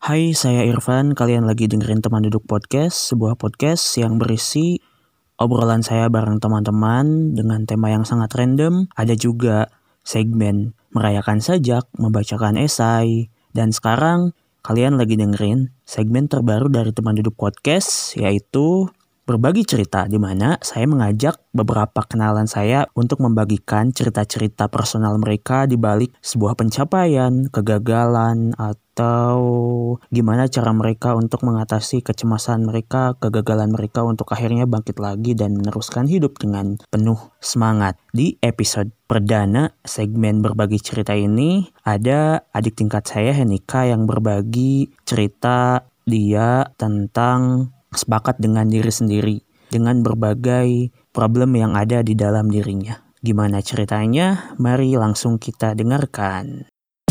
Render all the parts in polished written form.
Hai, saya Irfan. Kalian lagi dengerin Teman Duduk Podcast, sebuah podcast yang berisi obrolan saya bareng teman-teman dengan tema yang sangat random. Ada juga segmen merayakan sajak, membacakan esai. Dan sekarang kalian lagi dengerin segmen terbaru dari Teman Duduk Podcast, yaitu berbagi cerita, di mana saya mengajak beberapa kenalan saya untuk membagikan cerita-cerita personal mereka di balik sebuah pencapaian, kegagalan, atau gimana cara mereka untuk mengatasi kecemasan mereka, kegagalan mereka untuk akhirnya bangkit lagi dan meneruskan hidup dengan penuh semangat. Di episode perdana segmen berbagi cerita ini, ada adik tingkat saya Henika yang berbagi cerita dia tentang sepakat dengan diri sendiri dengan berbagai problem yang ada di dalam dirinya. Gimana ceritanya? Mari langsung kita dengarkan.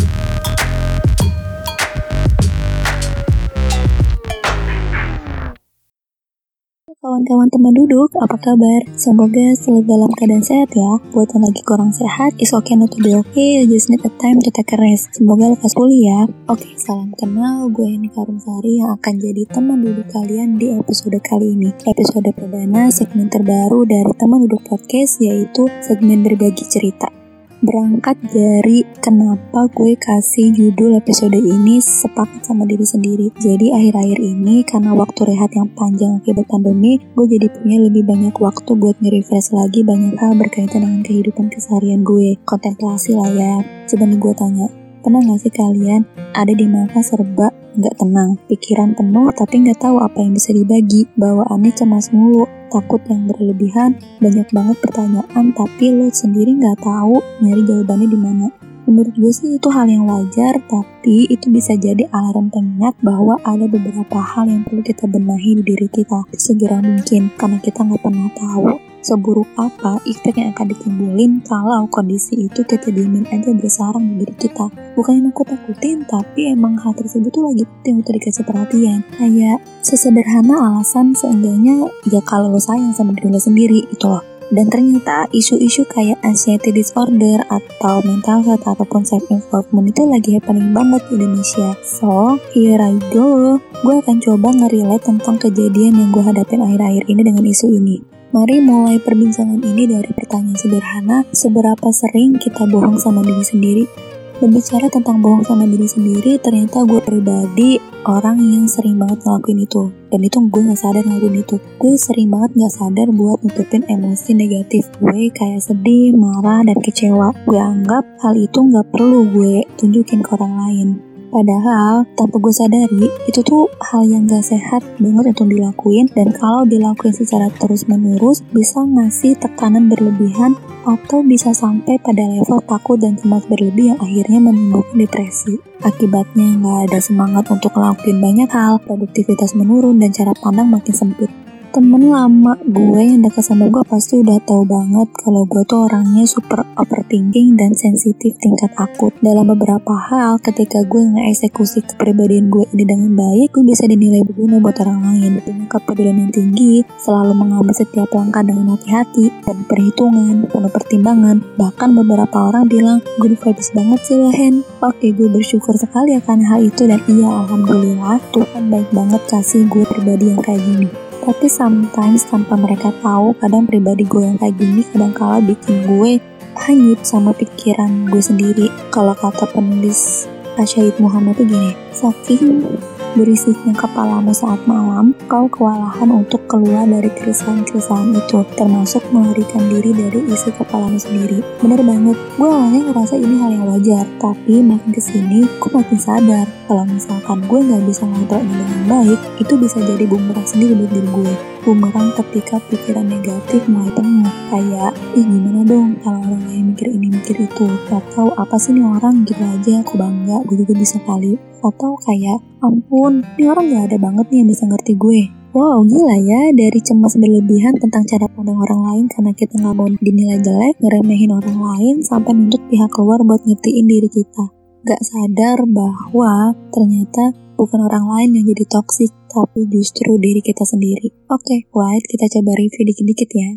Kawan-kawan teman duduk, apa kabar? Semoga selalu dalam keadaan sehat ya. Buat yang lagi kurang sehat, it's okay not to be okay, you just need a time to take a rest. Semoga lekas pulih ya. Oke, salam kenal, gue Henika Rumsari yang akan jadi teman duduk kalian di episode kali ini. Episode perdana segmen terbaru dari Teman Duduk Podcast, yaitu segmen berbagi cerita. Berangkat dari kenapa gue kasih judul episode ini sepakat sama diri sendiri. Jadi akhir-akhir ini karena waktu rehat yang panjang akibat pandemi, gue jadi punya lebih banyak waktu buat nge-refresh lagi banyak hal berkaitan dengan kehidupan keseharian gue. Kontemplasi lah ya. Coba nih gue tanya, pernah gak sih kalian ada di masa serba gak tenang, pikiran penuh tapi gak tahu apa yang bisa dibagi, bawaannya cemas mulu, takut yang berlebihan, banyak banget pertanyaan tapi lo sendiri gak tahu nyari jawabannya di mana. Menurut gue sih itu hal yang wajar, tapi itu bisa jadi alarm pengingat bahwa ada beberapa hal yang perlu kita benahi di diri kita segera mungkin, karena kita gak pernah tahu seburuk apa efek yang akan ditimbulin kalau kondisi itu kita diemin aja bersarang di diri kita. Bukan yang nakut-nakutin, tapi emang hal tersebut tuh lagi penting untuk dikasih perhatian. Kayak sesederhana alasan seenggaknya ya kalau lo sayang sama diri lo sendiri itu loh. Dan ternyata isu-isu kayak anxiety disorder atau mental health ataupun self-involvement itu lagi happening banget di Indonesia. So, here I go. Gue akan coba nge-relate tentang kejadian yang gue hadapin akhir-akhir ini dengan isu ini. Mari mulai perbincangan ini dari pertanyaan sederhana, seberapa sering kita bohong sama diri sendiri? Berbicara tentang bohong sama diri sendiri, ternyata gue pribadi orang yang sering banget ngelakuin itu. Dan itu gue gak sadar ngelakuin itu. Gue sering banget gak sadar buat nutupin emosi negatif gue kayak sedih, marah, dan kecewa. Gue anggap hal itu gak perlu gue tunjukin ke orang lain. Padahal tanpa gue sadari itu tuh hal yang gak sehat banget untuk dilakuin, dan kalau dilakuin secara terus menerus bisa ngasih tekanan berlebihan atau bisa sampai pada level takut dan cemas berlebih yang akhirnya menimbulkan depresi. Akibatnya gak ada semangat untuk ngelakuin banyak hal, produktivitas menurun, dan cara pandang makin sempit. Temen lama gue yang dekat sama gue pasti udah tahu banget kalau gue tuh orangnya super overthinking dan sensitif tingkat akut. Dalam beberapa hal, ketika gue nge-eksekusi kepribadian gue ini dengan baik, gue bisa dinilai berguna buat orang lain. Punya kepedulian yang tinggi, selalu mengambil setiap langkah dengan hati-hati dan perhitungan, penuh pertimbangan. Bahkan beberapa orang bilang, gue vibes banget sih lo Hen. Oke, gue bersyukur sekali akan hal itu, dan iya, alhamdulillah Tuhan baik banget kasih gue pribadi yang kayak gini. Tapi sometimes tanpa mereka tahu, kadang pribadi gue yang kayak gini kadang-kala bikin gue hanyut sama pikiran gue sendiri. Kalau kata penulis Syahid Muhammad tuh gini, saking berisiknya kepalamu saat malam, kau kewalahan untuk keluar dari keresahan-keresahan itu, termasuk melarikan diri dari isi kepalamu sendiri. Bener banget, gue awalnya ngerasa ini hal yang wajar, tapi makin kesini, gue makin sadar kalau misalkan gue gak bisa ngontrolnya dengan baik, itu bisa jadi bumerang sendiri buat diri gue. Bumerang ketika pikiran negatif mulai penuh, kayak, gimana dong kalau orang lain mikir ini mikir itu, atau apa sih nih orang gitu aja, aku bangga, gue juga bisa kali. Atau kayak, ampun, ini orang gak ada banget nih yang bisa ngerti gue. Wow, gila ya, dari cemas berlebihan tentang cara pandang orang lain karena kita gak mau dinilai jelek, ngeremehin orang lain, sampai nuntut pihak luar buat ngertiin diri kita. Gak sadar bahwa ternyata bukan orang lain yang jadi toksik, tapi justru diri kita sendiri. Oke, White, kita coba review dikit-dikit ya.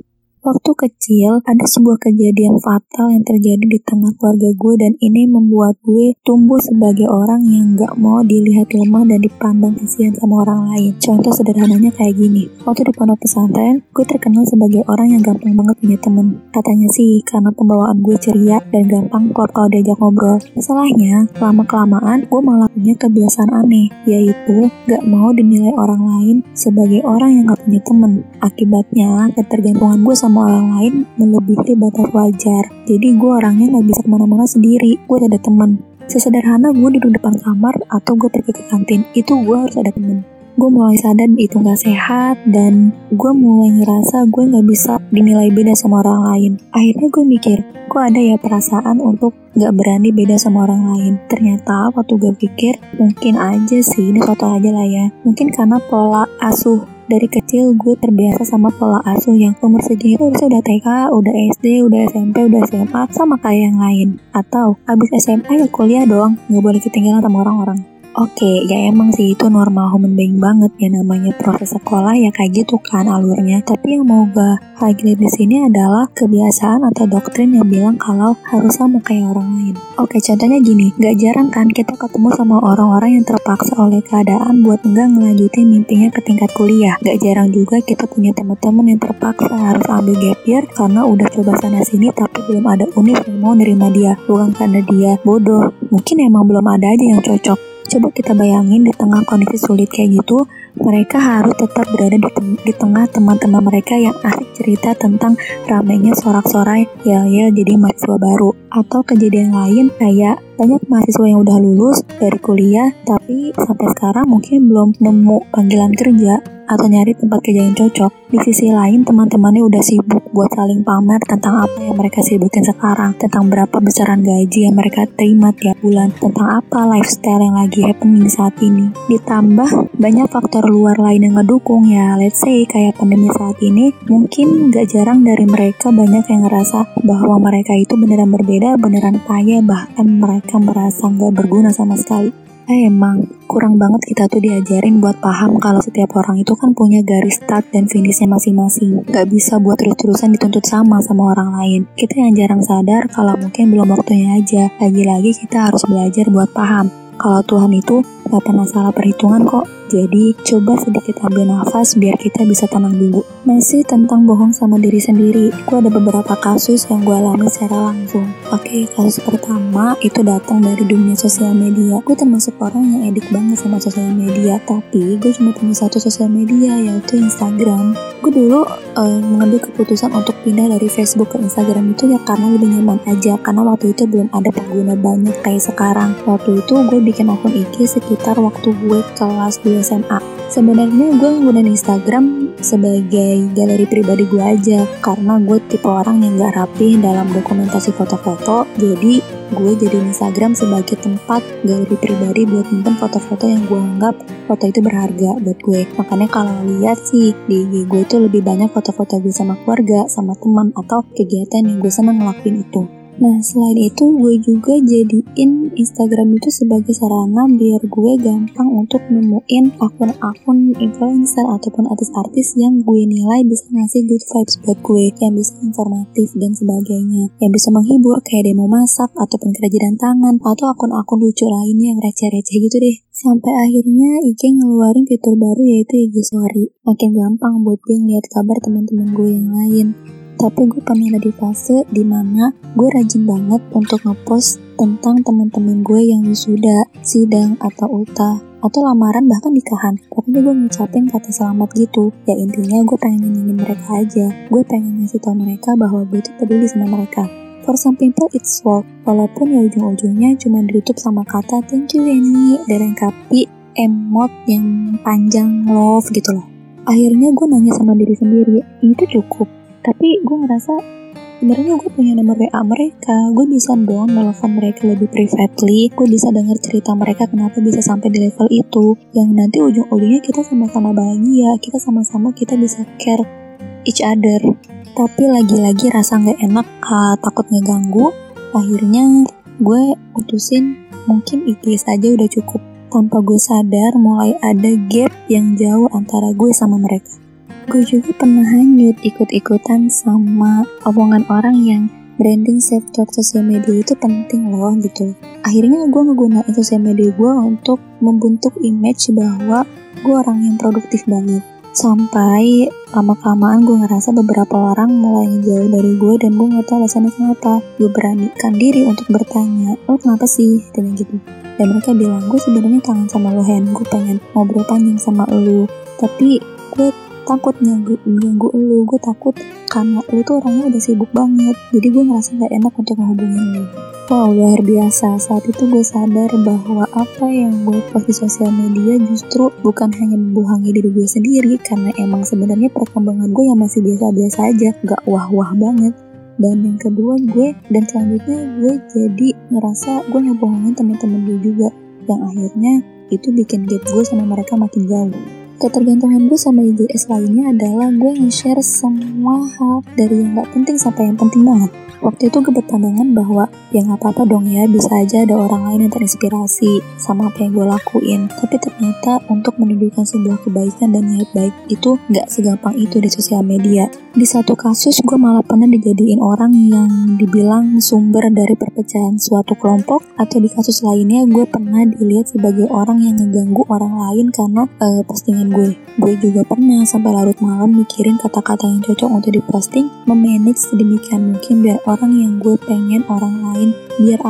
Waktu kecil, ada sebuah kejadian fatal yang terjadi di tengah keluarga gue dan ini membuat gue tumbuh sebagai orang yang gak mau dilihat lemah dan dipandang kasihan sama orang lain. Contoh sederhananya kayak gini. Waktu di pondok pesantren, gue terkenal sebagai orang yang gampang banget punya temen. Katanya sih, karena pembawaan gue ceria dan gampang klop kalau diajak ngobrol. Masalahnya, lama-kelamaan gue malah punya kebiasaan aneh, yaitu gak mau dinilai orang lain sebagai orang yang gak punya temen. Akibatnya, ketergantungan gue sama orang lain melebihi batas wajar. Jadi gue orangnya gak bisa kemana-mana sendiri. Gue ada teman. Sesederhana gue duduk depan kamar atau gue pergi ke kantin, itu gue harus ada temen. Gue mulai sadar itu gak sehat dan gue mulai ngerasa gue gak bisa dinilai beda sama orang lain. Akhirnya gue mikir, kok ada ya perasaan untuk gak berani beda sama orang lain. Ternyata waktu gue pikir, mungkin aja sih, ini foto aja lah ya. Mungkin karena pola asuh. Dari kecil gue terbiasa sama pola asuh yang umur segini tuh udah TK, udah SD, udah SMP, udah SMA, sama kayak yang lain. Atau abis SMA ya kuliah dong, gak boleh ketinggalan sama orang-orang. Oke, ya emang sih itu normal human being banget ya, namanya proses sekolah ya kayak gitu kan alurnya. Tapi yang mau gue highlight di sini adalah kebiasaan atau doktrin yang bilang kalau harus sama kayak orang lain. Oke, contohnya gini, gak jarang kan kita ketemu sama orang-orang yang terpaksa oleh keadaan buat enggak ngelanjutin mimpinya ke tingkat kuliah. Gak jarang juga kita punya teman-teman yang terpaksa harus ambil gap year karena udah coba sana sini tapi belum ada univ yang mau nerima dia. Bukan karena dia bodoh, mungkin emang belum ada aja yang cocok. Coba kita bayangin di tengah kondisi sulit kayak gitu, mereka harus tetap berada di tengah teman-teman mereka yang asik cerita tentang ramainya sorak-sorai ya jadi mahasiswa baru. Atau kejadian lain kayak banyak mahasiswa yang udah lulus dari kuliah tapi sampai sekarang mungkin belum nemu panggilan kerja atau nyari tempat kerja yang cocok. Di sisi lain, teman-temannya udah sibuk buat saling pamer tentang apa yang mereka sibukin sekarang, tentang berapa besaran gaji yang mereka terima tiap bulan, tentang apa lifestyle yang lagi happening saat ini. Ditambah banyak faktor luar lain yang ngedukung ya, let's say kayak pandemi saat ini, mungkin gak jarang dari mereka banyak yang ngerasa bahwa mereka itu beneran berbeda, beneran payah, bahkan mereka merasa gak berguna sama sekali. Emang kurang banget kita tuh diajarin buat paham kalau setiap orang itu kan punya garis start dan finishnya masing-masing. Gak bisa buat terus-terusan dituntut sama orang lain. Kita yang jarang sadar kalau mungkin belum waktunya aja. Lagi-lagi kita harus belajar buat paham kalau Tuhan itu gak pernah salah perhitungan kok. Jadi coba sedikit ambil nafas biar kita bisa tenang dulu. Masih tentang bohong sama diri sendiri, gue ada beberapa kasus yang gue alami secara langsung. Oke, kasus pertama itu datang dari dunia sosial media. Gue termasuk orang yang edik banget sama sosial media, tapi gue cuma punya satu sosial media, yaitu Instagram. Gue dulu mengambil keputusan untuk pindah dari Facebook ke Instagram itu ya karena lebih nyaman aja, karena waktu itu belum ada pengguna banyak kayak sekarang. Waktu itu gue bikin akun IG sekitar waktu gue kelas 2 SMA. Sebenarnya gue menggunakan Instagram sebagai galeri pribadi gue aja, karena gue tipe orang yang gak rapi dalam dokumentasi foto-foto. Jadi gue jadiin Instagram sebagai tempat galeri pribadi buat nyimpen foto-foto yang gue anggap foto itu berharga buat gue. Makanya kalau lihat sih di IG gue itu lebih banyak foto-foto gue sama keluarga, sama teman, atau kegiatan yang gue senang ngelakuin itu. Nah, selain itu gue juga jadiin Instagram itu sebagai sarana biar gue gampang untuk nemuin akun-akun influencer ataupun artis-artis yang gue nilai bisa ngasih good vibes buat gue, yang bisa informatif dan sebagainya, yang bisa menghibur kayak demo masak ataupun kerajinan tangan, atau akun-akun lucu lainnya yang receh-receh gitu deh. Sampai akhirnya IG ngeluarin fitur baru yaitu IG Story. Makin gampang buat gue ngeliat kabar teman-teman gue yang lain. Tapi gue pernah ada di fase dimana gue rajin banget untuk ngepost tentang teman-teman gue yang wisuda, sidang, atau ultah, atau lamaran bahkan nikahan. Pokoknya gue ngucapin kata selamat gitu. Ya intinya gue pengen nyenengin mereka aja. Gue pengen ngasih tau mereka bahwa gue tuh peduli sama mereka. For some people it's work, walaupun ya ujung-ujungnya cuma ditutup sama kata thank you Eni, dan lengkapi emot yang panjang love gitu loh. Akhirnya gue nanya sama diri sendiri, itu cukup? Tapi gue ngerasa sebenarnya gue punya nomor WA mereka, gue bisa dong nelfon mereka lebih privately, gue bisa dengar cerita mereka kenapa bisa sampai di level itu, yang nanti ujung-ujungnya kita sama-sama bahagia, kita sama-sama kita bisa care each other. Tapi lagi-lagi rasa gak enak, takut ngeganggu, akhirnya gue putusin mungkin IG saja udah cukup. Tanpa gue sadar mulai ada gap yang jauh antara gue sama mereka. Gue juga pernah hanyut ikut-ikutan sama omongan orang yang branding self-talk sosial media itu penting loh gitu. Akhirnya gue ngegunain sosial media gue untuk membentuk image bahwa gue orang yang produktif banget. Sampai lama-kelamaan gue ngerasa beberapa orang mulai ngejauh dari gue dan gue gak tahu alasannya kenapa. Gue beranikan diri untuk bertanya, lo kenapa sih? Dengan gitu. Dan mereka bilang, gue sebenarnya kangen sama lo Hen, gue pengen ngobrol panjang sama lo. Tapi gue takut ganggu lo, gue takut karena lo tuh orangnya udah sibuk banget. Jadi gue ngerasa gak enak untuk menghubungi lo. Wow, luar biasa. Saat itu gue sadar bahwa apa yang gue post di sosial media justru bukan hanya membohongi diri gue sendiri, karena emang sebenarnya perkembangan gue yang masih biasa-biasa aja, gak wah-wah banget. Dan yang kedua selanjutnya gue jadi ngerasa gue ngebohongin teman-teman gue juga, yang akhirnya itu bikin gap gue sama mereka makin jauh. Ketergantungan gue sama IGS lainnya adalah gue nge-share semua hal dari yang gak penting sampai yang penting banget. Waktu itu gue berpandangan bahwa ya gak apa-apa dong ya, bisa aja ada orang lain yang terinspirasi sama apa yang gue lakuin. Tapi ternyata untuk menunjukkan sebuah kebaikan dan niat baik itu gak segampang itu di sosial media. Di satu kasus gue malah pernah dijadiin orang yang dibilang sumber dari perpecahan suatu kelompok, atau di kasus lainnya gue pernah dilihat sebagai orang yang ngeganggu orang lain karena postingan gue. Gue juga pernah sampai larut malam mikirin kata-kata yang cocok untuk diposting, memanage sedemikian mungkin biar orang yang gue pengen orang lain, biar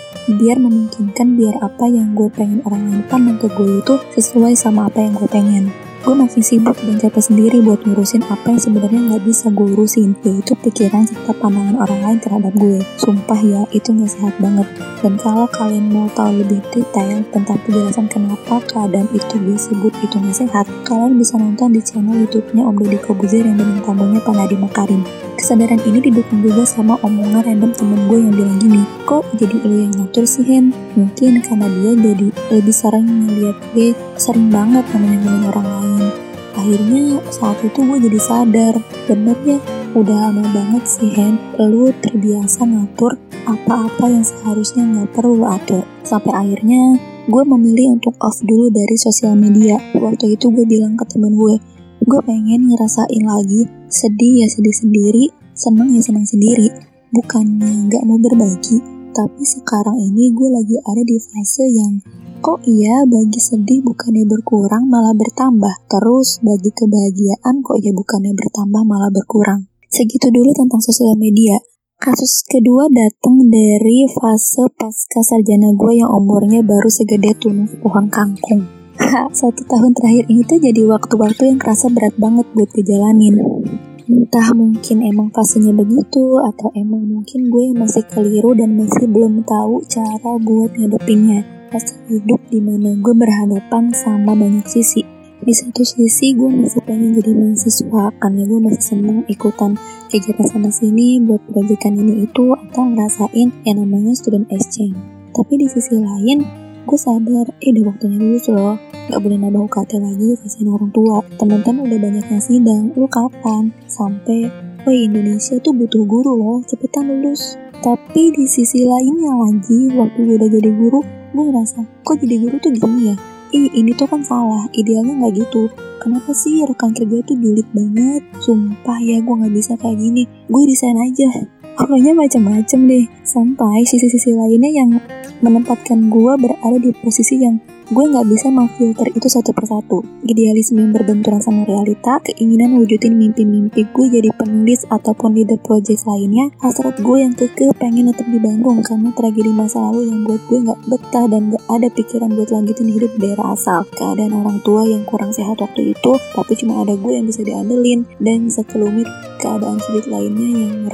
apa yang gue pengen orang lain pandang ke gue itu sesuai sama apa yang gue pengen. Gue makin sibuk dan capek sendiri buat ngurusin apa yang sebenarnya gak bisa gue urusin, yaitu pikiran serta pandangan orang lain terhadap gue. Sumpah ya, itu gak sehat banget. Dan kalau kalian mau tahu lebih detail tentang penjelasan kenapa keadaan itu gue sebut itu gak sehat, kalian bisa nonton di channel YouTube-nya Om Deddy Kobuzier yang bintang tamunya Pak Nadiem Makarim. Kesadaran ini didukung juga sama omongan random temen gue yang bilang gini, kok jadi lo yang ngatur sih Hen? Mungkin karena dia jadi lebih sering ngeliat gue sering banget ngomongin orang lain. Akhirnya saat itu gue jadi sadar, bener ya, udah lama banget sih Hen, lo terbiasa ngatur apa-apa yang seharusnya gak perlu lo atur. Sampai akhirnya gue memilih untuk off dulu dari sosial media. Waktu itu gue bilang ke temen gue pengen ngerasain lagi, sedih ya sedih sendiri, senang ya senang sendiri. Bukannya gak mau berbagi, tapi sekarang ini gue lagi ada di fase yang kok iya bagi sedih bukannya berkurang malah bertambah, terus bagi kebahagiaan kok ya bukannya bertambah malah berkurang. Segitu dulu tentang sosial media. Kasus kedua datang dari fase pasca sarjana gue yang umurnya baru segede tunas pohon kangkung. 1 tahun terakhir ini tuh jadi waktu-waktu yang kerasa berat banget buat dijalanin. Entah mungkin emang fasenya begitu, atau emang mungkin gue masih keliru dan masih belum tahu cara buat ngadepinnya. Fase hidup dimana gue berhadapan sama banyak sisi. Di satu sisi gue masih pengen jadi mahasiswa, karena gue masih seneng ikutan kegiatan sana sini buat proyekan ini itu, atau ngerasain yang namanya student exchange. Tapi di sisi lain gue sadar, udah waktunya lulus loh, gak boleh nambah UKT lagi, kasihan orang tua. Teman-teman udah banyak yang sidang, lu kapan? Sampai, Indonesia tuh butuh guru loh, cepetan lulus. Tapi di sisi lainnya lagi, waktu gue udah jadi guru, gue ngerasa, kok jadi guru tuh gini ya? Ini tuh kan salah, idealnya gak gitu. Kenapa sih rekan kerja tuh julid banget? Sumpah ya, gue gak bisa kayak gini, gue resign aja. Pokoknya macam-macam deh. Sampai sisi-sisi lainnya yang menempatkan gue berada di posisi yang gue gak bisa memfilter itu satu persatu. Idealisme yang berbenturan sama realita, keinginan wujudin mimpi-mimpi gue jadi penulis ataupun leader project lainnya, hasrat gue yang kekeh pengen tetap di Bandung karena tragedi masa lalu yang buat gue gak betah dan gak ada pikiran buat lanjutin hidup di daerah asal. Keadaan orang tua yang kurang sehat waktu itu, tapi cuma ada gue yang bisa diandelin, dan sekelumit keadaan sulit lainnya yang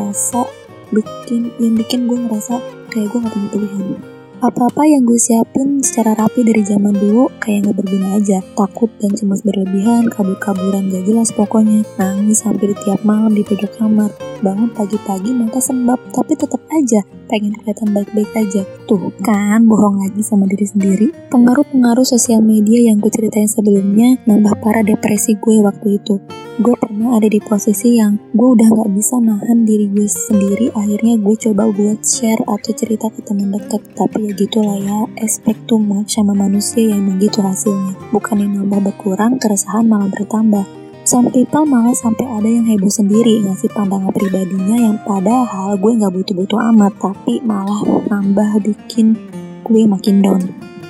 bikin gue ngerasa kayak gue gak punya pilihan. Apa-apa yang gue siapin secara rapi dari zaman dulu kayak gak berguna aja. Takut dan cemas berlebihan, kabur-kaburan gak jelas pokoknya. Nangis hampir tiap malam di pojok kamar. Bangun pagi-pagi mata sembab, tapi tetap aja pengen kelihatan baik-baik aja. Tuh kan, bohong lagi sama diri sendiri. Pengaruh-pengaruh sosial media yang gue ceritain sebelumnya nambah parah depresi gue waktu itu. Gue pernah ada di posisi yang gue udah gak bisa nahan diri gue sendiri. Akhirnya gue coba buat share atau cerita ke teman dekat. Tapi ya gitulah ya, expect too much sama manusia yang begitu hasilnya. Bukan yang nambah berkurang, keresahan malah bertambah. Some people malah sampai ada yang heboh sendiri ngasih pandangan pribadinya yang padahal gue gak butuh-butuh amat, tapi malah nambah bikin gue makin down.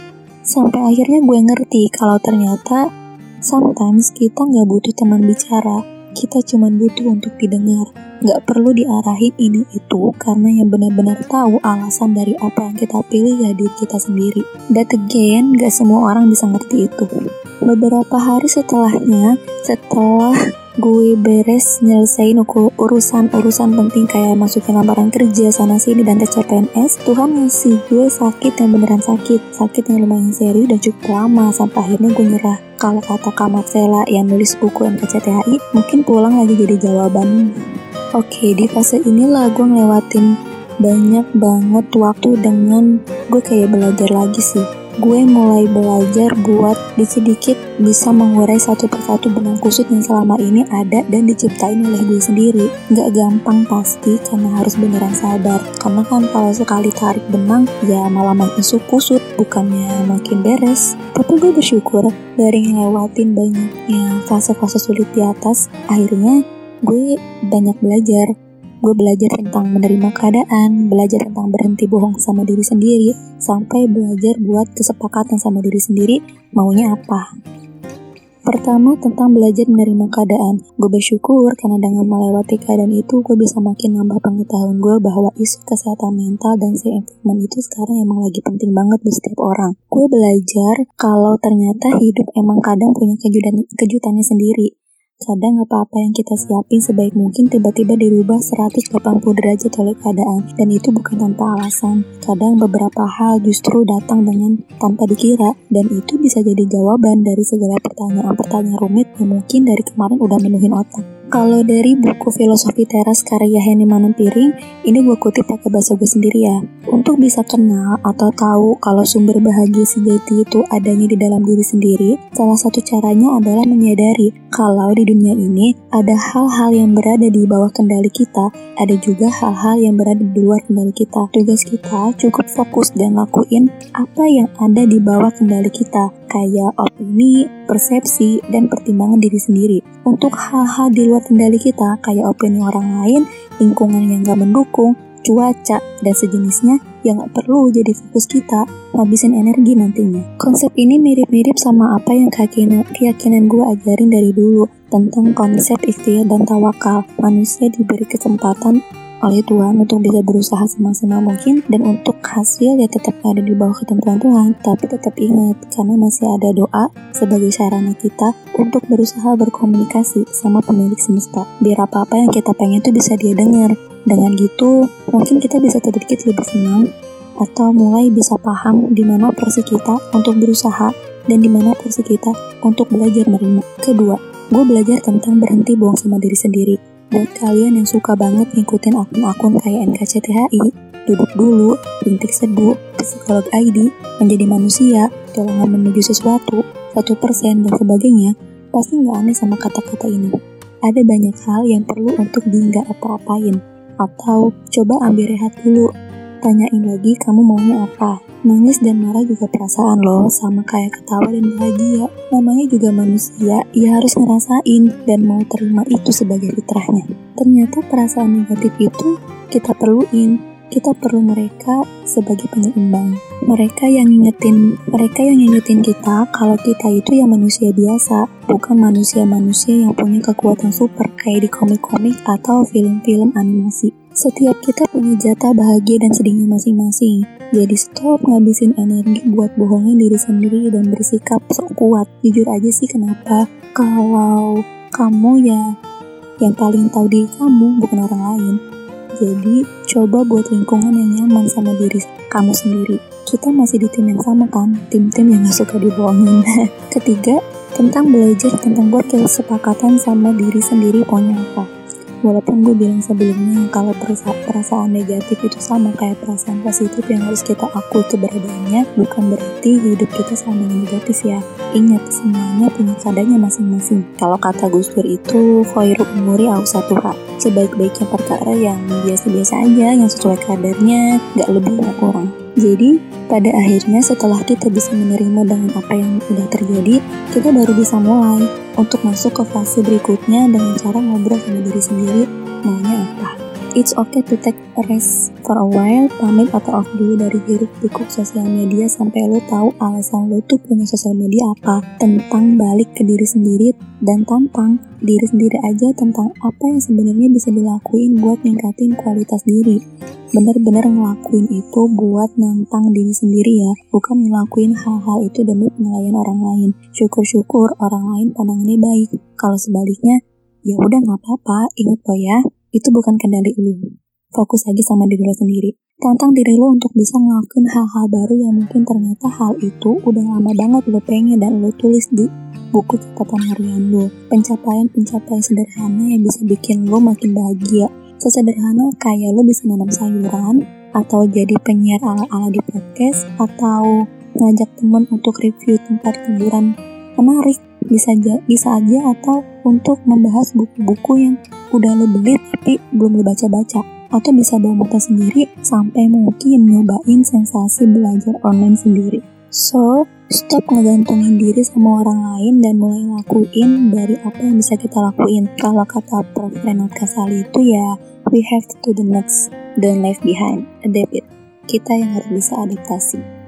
Sampai akhirnya gue ngerti kalau ternyata sometimes kita gak butuh teman bicara, kita cuma butuh untuk didengar. Gak perlu diarahin ini itu, karena yang benar-benar tahu alasan dari apa yang kita pilih ya diri kita sendiri. That again, gak semua orang bisa ngerti itu. Beberapa hari setelahnya, setelah gue beres nyelesain urusan penting kayak masukin lamaran kerja sana sini dan tes CPNS, Tuhan ngasih gue sakit yang beneran sakit yang lumayan serius dan cukup lama, sampai akhirnya gue nyerah. Kalau kata Kak Marcella yang nulis buku NKCTHI, mungkin pulang lagi jadi jawaban. Oke, di fase inilah gue ngelewatin banyak banget waktu dengan gue kayak belajar lagi sih. Gue mulai belajar buat dikit-dikit bisa mengurai satu persatu benang kusut yang selama ini ada dan diciptain oleh gue sendiri. Gak gampang pasti, karena harus beneran sabar. Karena kan kalau sekali tarik benang, ya malah makin kusut, bukannya makin beres. Tapi gue bersyukur dari ngelewatin banyaknya fase-fase sulit di atas, akhirnya gue banyak belajar. Gue belajar tentang menerima keadaan, belajar tentang berhenti bohong sama diri sendiri, sampai belajar buat kesepakatan sama diri sendiri maunya apa. Pertama, tentang belajar menerima keadaan. Gue bersyukur karena dengan melewati keadaan itu, gue bisa makin nambah pengetahuan gue bahwa isu kesehatan mental dan self-improvement itu sekarang emang lagi penting banget buat setiap orang. Gue belajar kalau ternyata hidup emang kadang punya kejutannya sendiri. Kadang apa-apa yang kita siapin sebaik mungkin tiba-tiba dirubah 180 derajat oleh keadaan, dan itu bukan tanpa alasan. Kadang beberapa hal justru datang dengan tanpa dikira, dan itu bisa jadi jawaban dari segala pertanyaan-pertanyaan rumit yang mungkin dari kemarin udah menuhin otak. Kalau dari buku Filosofi Teras karya Henny Manenpiring, ini gue kutip pakai bahasa gue sendiri ya. Untuk bisa kenal atau tahu kalau sumber bahagia sejati itu adanya di dalam diri sendiri, salah satu caranya adalah menyadari kalau di dunia ini ada hal-hal yang berada di bawah kendali kita, ada juga hal-hal yang berada di luar kendali kita. Tugas kita cukup fokus dan lakuin apa yang ada di bawah kendali kita, kayak opini, persepsi, dan pertimbangan diri sendiri. Untuk hal-hal di luar kendali kita, kayak opini orang lain, lingkungan yang gak mendukung, cuaca, dan sejenisnya, yang gak perlu jadi fokus kita, ngabisin energi nantinya. Konsep ini mirip-mirip sama apa yang keyakinan gue ajarin dari dulu, tentang konsep ikhtiar dan tawakal. Manusia diberi kesempatan oleh Tuhan untuk bisa berusaha semaksimal mungkin, dan untuk hasil ya tetap ada di bawah ketentuan Tuhan. Tapi tetap ingat, karena masih ada doa sebagai sarana kita untuk berusaha berkomunikasi sama pemilik semesta, biar apa-apa yang kita pengen itu bisa dia dengar. Dengan gitu, mungkin kita bisa sedikit lebih senang, atau mulai bisa paham di mana porsi kita untuk berusaha dan di mana porsi kita untuk belajar menerima. Kedua, gue belajar tentang berhenti bohong sama diri sendiri. Buat kalian yang suka banget ngikutin akun-akun kayak NKCTHI, Duduk Dulu, Rintik Seduh, Psikolog ID, Menjadi Manusia, Dorongan Menuju Sesuatu, 1%, dan sebagainya, pasti gak aneh sama kata-kata ini. Ada banyak hal yang perlu untuk nggak apa-apain. Atau coba ambil rehat dulu, tanyain lagi kamu maunya apa. Nangis dan marah juga perasaan loh, sama kayak ketawa dan bahagia. Namanya juga manusia, ia harus ngerasain dan mau terima itu sebagai fitrahnya. Ternyata perasaan negatif itu kita perluin. Kita perlu mereka sebagai penyeimbang. Mereka yang ngingetin kita kalau kita itu ya manusia biasa, bukan manusia-manusia yang punya kekuatan super kayak di komik-komik atau film-film animasi. Setiap kita punya jatah bahagia dan sedihnya masing-masing. Jadi stop ngabisin energi buat bohongin diri sendiri dan bersikap sok kuat. Jujur aja sih kenapa? Kalau kamu ya yang paling tahu diri kamu, bukan orang lain. Jadi coba buat lingkungan yang nyaman sama diri kamu sendiri. Kita masih di tim yang sama kan? Tim-tim yang gak suka dibohongin. Ketiga, tentang belajar tentang buat kesepakatan sama diri sendiri maunya apa. Walaupun gue bilang sebelumnya kalau perasaan negatif itu sama kayak perasaan positif yang harus kita akui keberadaannya, bukan berarti hidup kita sama dengan negatif ya. Ingat, semuanya punya kadarnya masing-masing. Kalau kata Gus Dur itu, khairu umuri awsatuha. Sebaik-baiknya perkara yang biasa-biasa aja, yang sesuai kadarnya, gak lebih gak kurang. Jadi, pada akhirnya setelah kita bisa menerima dengan apa yang udah terjadi, kita baru bisa mulai untuk masuk ke fase berikutnya dengan cara ngobrol sama diri sendiri maunya apa. It's okay to take a rest for a while, pamit atau off dulu dari hiruk pikuk sosial media sampai lo tahu alasan lo tuh punya sosial media apa. Tentang balik ke diri sendiri dan tantang diri sendiri aja tentang apa yang sebenarnya bisa dilakuin buat ningkatin kualitas diri. Bener-bener ngelakuin itu buat nantang diri sendiri ya, bukan ngelakuin hal-hal itu demi penilaian orang lain. Syukur-syukur orang lain pandangannya baik. Kalau sebaliknya, ya udah nggak apa-apa. Ingat lo ya, itu bukan kendali lu. Fokus lagi sama diri lo sendiri. Tantang diri lo untuk bisa ngelakuin hal-hal baru yang mungkin ternyata hal itu udah lama banget lo pengen dan lo tulis di buku catatan harian lo. Pencapaian-pencapaian sederhana yang bisa bikin lo makin bahagia. Sesederhana kayak lo bisa nanam sayuran, atau jadi penyiar ala-ala di podcast, atau ngajak temen untuk review tempat liburan menarik. Bisa aja atau untuk membahas buku-buku yang udah lo beli tapi belum lo baca-baca, atau bisa bawa motor sendiri sampai mungkin nyobain sensasi belajar online sendiri. So, stop ngegantungin diri sama orang lain dan mulai lakuin dari apa yang bisa kita lakuin. Kalau kata Prof. Renat Kasali itu ya, we have to do the next, don't leave behind, adapt it. Kita yang harus bisa adaptasi.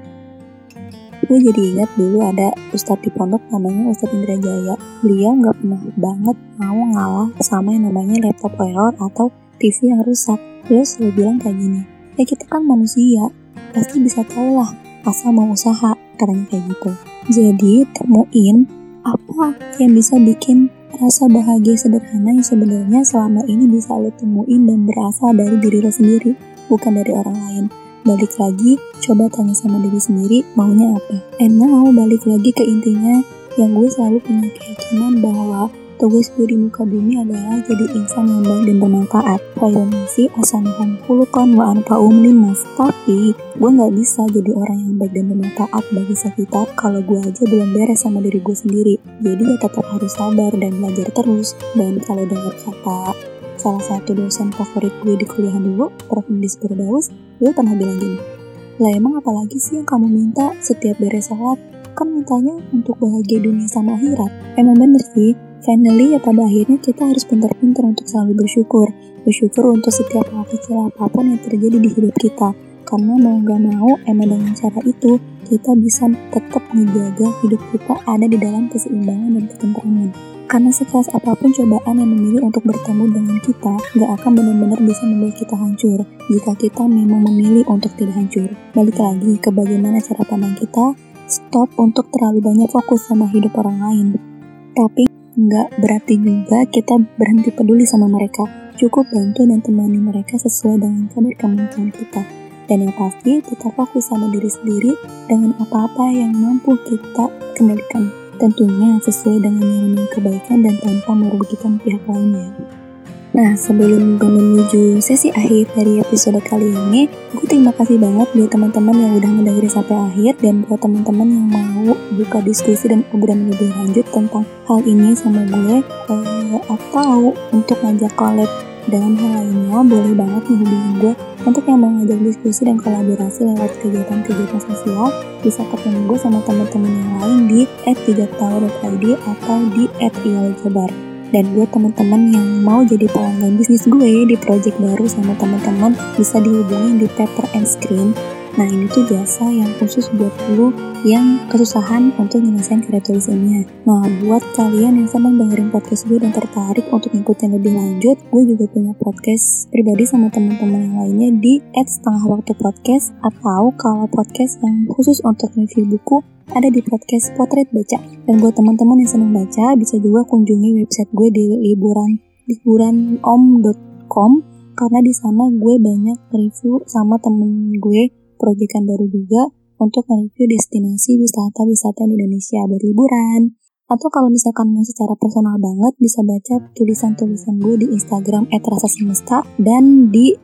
Gue jadi ingat dulu ada Ustadz di pondok namanya Ustadz Indrajaya. Beliau gak pernah banget mau ngalah sama yang namanya laptop error atau TV yang rusak. Beliau selalu bilang kayak gini, ya kita kan manusia, pasti bisa tahu lah asal mau usaha, katanya kayak gitu. Jadi temuin apa yang bisa bikin rasa bahagia sederhana yang sebenarnya selama ini bisa lo temuin dan berasal dari diri lo sendiri, bukan dari orang lain. Balik lagi, coba tanya sama diri sendiri maunya apa. And now, balik lagi ke intinya, yang gue selalu punya keyakinan bahwa tugas gue di muka bumi adalah jadi insan yang baik dan bermanfaat. Fairnasi asanuhum khuluqan wa anfa'uhum linnas. Tapi, gue gak bisa jadi orang yang baik dan bermanfaat bagi sekitar kalau gue aja belum beres sama diri gue sendiri. Jadi ya tetap harus sabar dan belajar terus. Dan kalau dengar kata salah satu dosen favorit gue di kuliah dulu, Prof. Indis Firdaus, gue pernah bilang gini, lah emang apalagi sih yang kamu minta setiap beres sholat? Kan mintanya untuk bahagia dunia sama akhirat. Emang bener sih, finally ya pada akhirnya kita harus pintar-pintar untuk selalu bersyukur. Bersyukur untuk setiap hal kecil apapun yang terjadi di hidup kita. Karena mau gak mau, emang dengan cara itu, kita bisa tetap menjaga hidup kita ada di dalam keseimbangan dan ketentraman. Karena sekeras apapun cobaan yang memilih untuk bertemu dengan kita, gak akan benar-benar bisa membuat kita hancur jika kita memang memilih untuk tidak hancur. Balik lagi ke bagaimana cara pandang kita, stop untuk terlalu banyak fokus sama hidup orang lain. Tapi gak berarti juga kita berhenti peduli sama mereka. Cukup bantu dan temani mereka sesuai dengan kadar kemampuan kita. Dan yang pasti, tetap fokus sama diri sendiri dengan apa-apa yang mampu kita kendalikan. Tentunya sesuai dengan nilai kebaikan dan tanpa merugikan pihak lainnya. Nah, sebelum gue menuju sesi akhir dari episode kali ini, gue terima kasih banget buat teman-teman yang udah ngedengerin sampai akhir, dan buat teman-teman yang mau buka diskusi dan obrolan lebih lanjut tentang hal ini sama gue, atau untuk ngajak collab dalam hal lainnya, boleh banget menghubungi gue. Untuk yang mau ngajak diskusi dan kolaborasi lewat kegiatan-kegiatan sosial, bisa ketemu gue sama teman-teman yang lain di @jejaktawa.id atau di @ioljabar. Dan buat teman-teman yang mau jadi pelanggan bisnis gue di project baru sama teman-teman, bisa dihubungi di Paper and Screen. Nah, ini tuh jasa yang khusus buat lu yang kesusahan untuk nyelesain karya tulisannya. Nah, buat kalian yang senang dengerin podcast gue dan tertarik untuk ngikutin lebih lanjut, gue juga punya podcast pribadi sama teman-teman yang lainnya di @setengahwaktu_podcast, atau kalau podcast yang khusus untuk review buku ada di podcast Potret Baca. Dan buat teman-teman yang senang baca, bisa juga kunjungi website gue di liburanom.com, karena di sana gue banyak review sama temen gue proyekan baru juga untuk nge-review destinasi wisata-wisata di Indonesia buat liburan. Atau kalau misalkan mau secara personal banget, bisa baca tulisan-tulisan gue di Instagram @rasasemesta dan di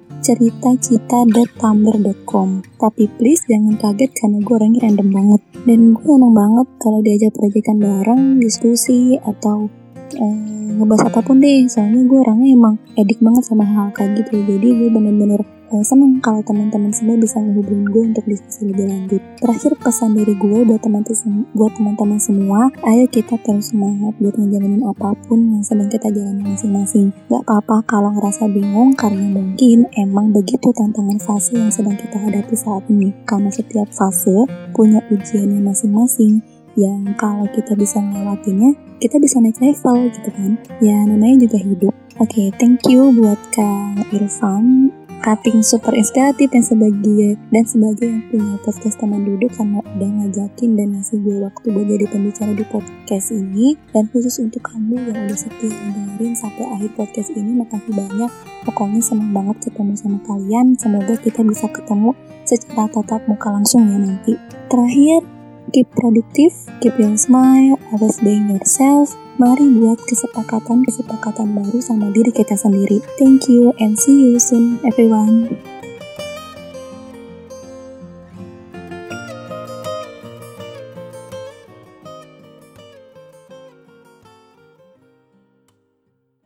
ceritacita.tumblr.com. Tapi please jangan kaget karena gue orangnya random banget. Dan gue seneng banget kalau diajak proyekan bareng, diskusi, atau ngebahas apapun deh. Soalnya gue orangnya emang edik banget sama hal kayak gitu. Jadi gue bener-bener seneng kalau teman-teman semua bisa ngehubungin gue untuk diskusi lebih lanjut. Terakhir pesan dari gue buat teman-teman semua, ayo kita terus semangat buat ngejalanin apapun yang sedang kita jalani masing-masing. Gak apa-apa kalau ngerasa bingung, karena mungkin emang begitu tantangan fase yang sedang kita hadapi saat ini. Karena setiap fase punya ujiannya masing-masing, yang kalau kita bisa ngelewatinnya, kita bisa naik level gitu kan. Ya namanya juga hidup. Oke, thank you buat Kang Irfan, cutting super inspiratif yang sebagai yang punya podcast teman duduk, karena udah ngajakin dan ngasih gue waktu buat jadi pembicara di podcast ini. Dan khusus untuk kamu yang udah setia dengerin sampai akhir podcast ini, makasih banyak. Pokoknya seneng banget ketemu sama kalian. Semoga kita bisa ketemu secara tatap muka langsung ya nanti. Terakhir, keep productive, keep your smile, always being yourself. Mari buat kesepakatan baru sama diri kita sendiri. Thank you and see you soon everyone.